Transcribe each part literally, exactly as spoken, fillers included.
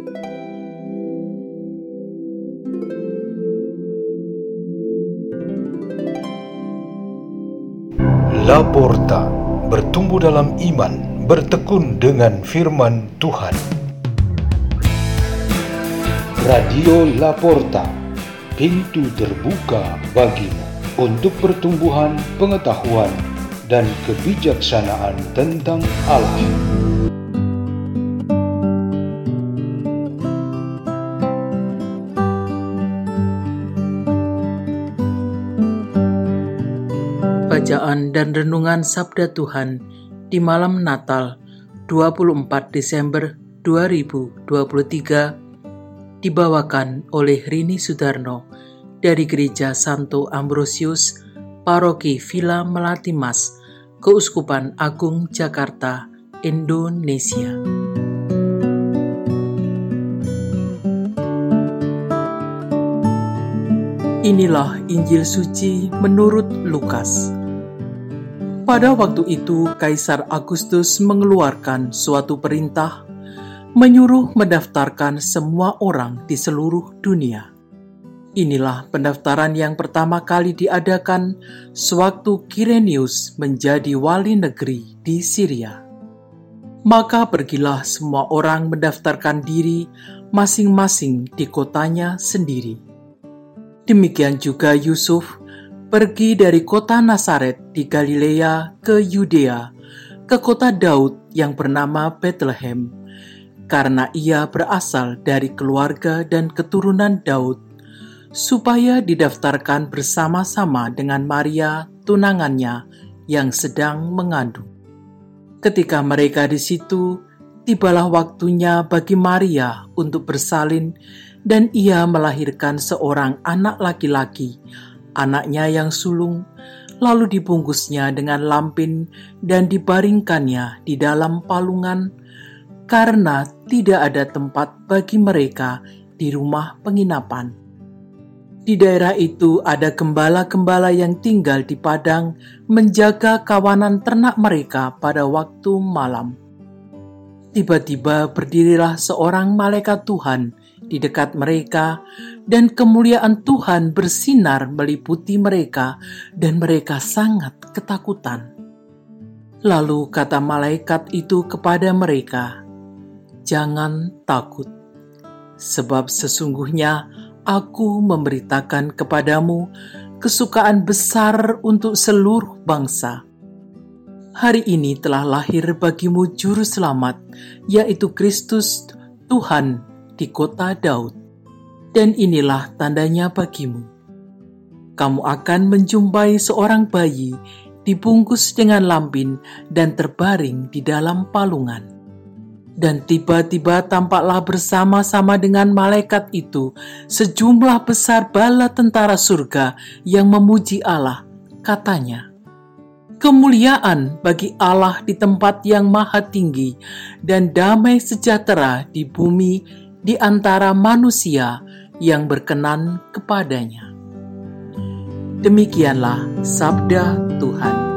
Laporta, bertumbuh dalam iman, bertekun dengan firman Tuhan. Radio Laporta, pintu terbuka bagimu untuk pertumbuhan pengetahuan dan kebijaksanaan tentang Allah. Bacaan dan renungan Sabda Tuhan di malam Natal dua puluh empat Desember dua ribu dua puluh tiga dibawakan oleh Rini Sudarno dari Gereja Santo Ambrosius, Paroki Villa Melati Mas, Keuskupan Agung Jakarta, Indonesia. Inilah Injil suci menurut Lukas. Pada waktu itu, Kaisar Agustus mengeluarkan suatu perintah menyuruh mendaftarkan semua orang di seluruh dunia. Inilah pendaftaran yang pertama kali diadakan sewaktu Kirenius menjadi wali negeri di Syria. Maka pergilah semua orang mendaftarkan diri masing-masing di kotanya sendiri. Demikian juga Yusuf pergi dari kota Nazaret di Galilea ke Yudea, ke kota Daud yang bernama Bethlehem, karena ia berasal dari keluarga dan keturunan Daud, supaya didaftarkan bersama-sama dengan Maria, tunangannya, yang sedang mengandung. Ketika mereka di situ, tibalah waktunya bagi Maria untuk bersalin, dan ia melahirkan seorang anak laki-laki, anaknya yang sulung, lalu dibungkusnya dengan lampin dan dibaringkannya di dalam palungan, karena tidak ada tempat bagi mereka di rumah penginapan. Di daerah itu ada gembala-gembala yang tinggal di padang menjaga kawanan ternak mereka pada waktu malam. Tiba-tiba berdirilah seorang malaikat Tuhan di dekat mereka, dan kemuliaan Tuhan bersinar meliputi mereka, dan mereka sangat ketakutan. Lalu kata malaikat itu kepada mereka, "Jangan takut, sebab sesungguhnya Aku memberitakan kepadamu kesukaan besar untuk seluruh bangsa. Hari ini telah lahir bagimu Juru Selamat, yaitu Kristus Tuhan di kota Daud. Dan inilah tandanya bagimu. Kamu akan menjumpai seorang bayi dibungkus dengan lampin dan terbaring di dalam palungan." Dan tiba-tiba tampaklah bersama-sama dengan malaikat itu sejumlah besar bala tentara surga yang memuji Allah. Katanya, "Kemuliaan bagi Allah di tempat yang maha tinggi, dan damai sejahtera di bumi di antara manusia yang berkenan kepadanya." Demikianlah sabda Tuhan.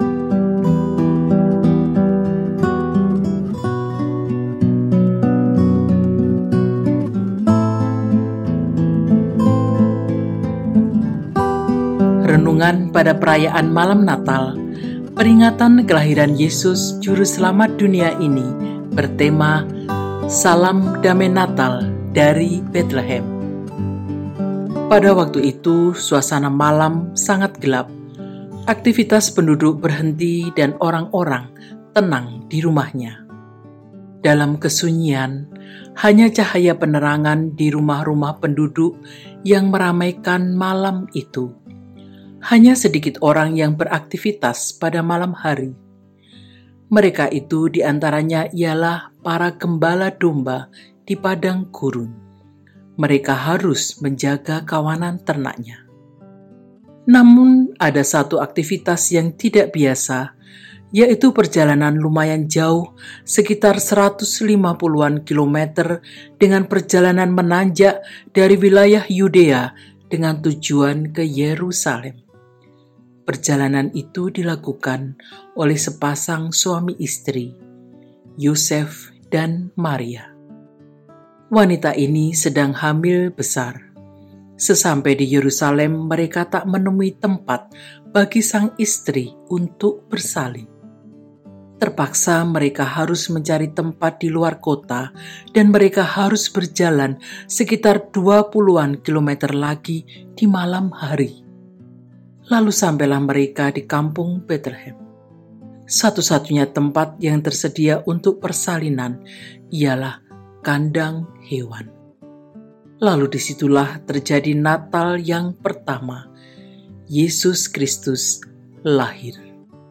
Renungan pada perayaan malam Natal, peringatan kelahiran Yesus Juru Selamat dunia ini bertema Salam Damai Natal dari Bethlehem. Pada waktu itu, suasana malam sangat gelap. Aktivitas penduduk berhenti dan orang-orang tenang di rumahnya. Dalam kesunyian, hanya cahaya penerangan di rumah-rumah penduduk yang meramaikan malam itu. Hanya sedikit orang yang beraktivitas pada malam hari. Mereka itu diantaranya ialah para gembala domba di padang gurun. Mereka harus menjaga kawanan ternaknya. Namun ada satu aktivitas yang tidak biasa, yaitu perjalanan lumayan jauh, sekitar seratus lima puluhan kilometer dengan perjalanan menanjak dari wilayah Yudea dengan tujuan ke Yerusalem. Perjalanan itu dilakukan oleh sepasang suami istri, Yosef dan Maria. Wanita ini sedang hamil besar. Sesampai di Yerusalem, mereka tak menemui tempat bagi sang istri untuk bersalin. Terpaksa mereka harus mencari tempat di luar kota dan mereka harus berjalan sekitar dua puluhan kilometer lagi di malam hari. Lalu sampailah mereka di kampung Bethlehem. Satu-satunya tempat yang tersedia untuk persalinan ialah kandang hewan. Lalu disitulah terjadi Natal yang pertama. Yesus Kristus lahir.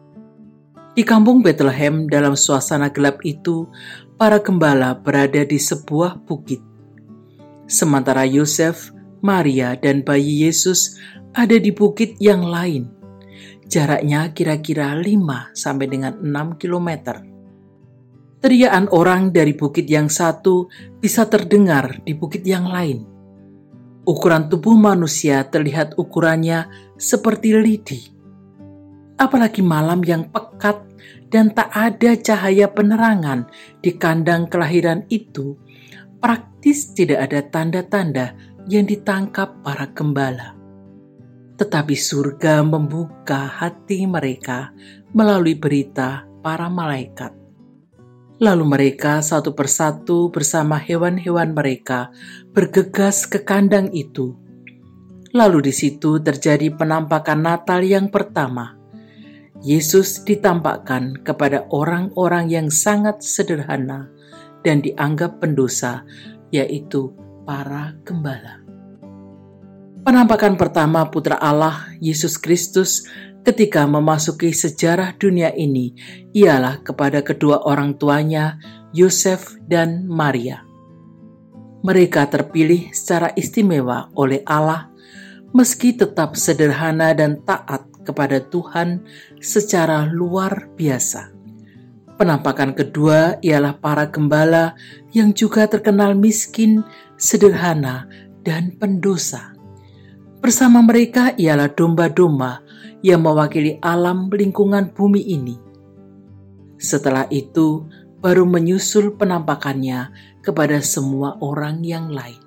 Di kampung Bethlehem, dalam suasana gelap itu, para gembala berada di sebuah bukit. Sementara Yosef, Maria, dan bayi Yesus ada di bukit yang lain. Jaraknya kira-kira lima sampai dengan enam kilometer. Teriakan orang dari bukit yang satu bisa terdengar di bukit yang lain. Ukuran tubuh manusia terlihat ukurannya seperti lidi. Apalagi malam yang pekat dan tak ada cahaya penerangan di kandang kelahiran itu, praktis tidak ada tanda-tanda yang ditangkap para gembala. Tetapi surga membuka hati mereka melalui berita para malaikat. Lalu mereka satu persatu bersama hewan-hewan mereka bergegas ke kandang itu. Lalu di situ terjadi penampakan Natal yang pertama. Yesus ditampakkan kepada orang-orang yang sangat sederhana dan dianggap pendosa, yaitu para gembala. Penampakan pertama Putra Allah, Yesus Kristus, ketika memasuki sejarah dunia ini ialah kepada kedua orang tuanya, Yosef dan Maria. Mereka terpilih secara istimewa oleh Allah, meski tetap sederhana dan taat kepada Tuhan secara luar biasa. Penampakan kedua ialah para gembala yang juga terkenal miskin, sederhana, dan pendosa. Bersama mereka ialah domba-domba yang mewakili alam lingkungan bumi ini. Setelah itu, baru menyusul penampakannya kepada semua orang yang lain.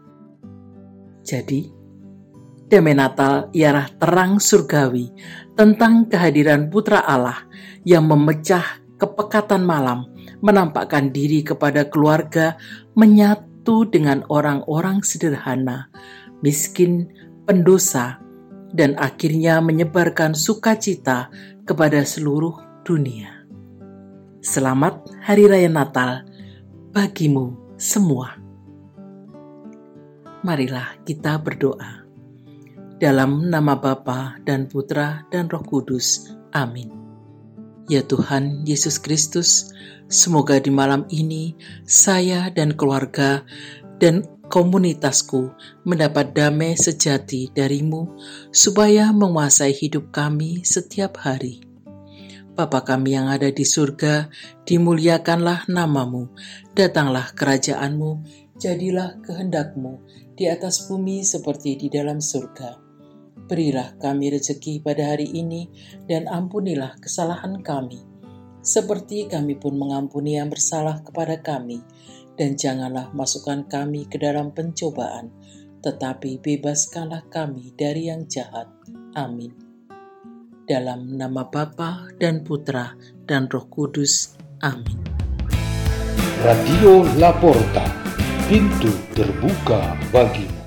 Jadi, Damai Natal ialah terang surgawi tentang kehadiran Putra Allah yang memecah kepekatan malam, menampakkan diri kepada keluarga, menyatu dengan orang-orang sederhana, miskin, pendosa, dan akhirnya menyebarkan sukacita kepada seluruh dunia. Selamat Hari Raya Natal bagimu semua. Marilah kita berdoa. Dalam nama Bapa dan Putra dan Roh Kudus. Amin. Ya Tuhan Yesus Kristus, semoga di malam ini saya dan keluarga dan komunitasku mendapat damai sejati dari-Mu supaya menguasai hidup kami setiap hari. Bapa kami yang ada di surga, dimuliakanlah nama-Mu, datanglah kerajaan-Mu, jadilah kehendak-Mu di atas bumi seperti di dalam surga. Berilah kami rezeki pada hari ini dan ampunilah kesalahan kami, seperti kami pun mengampuni yang bersalah kepada kami. Dan janganlah masukkan kami ke dalam pencobaan, tetapi bebaskanlah kami dari yang jahat. Amin. Dalam nama Bapa dan Putra dan Roh Kudus. Amin. Radio Laporta, pintu terbuka bagimu.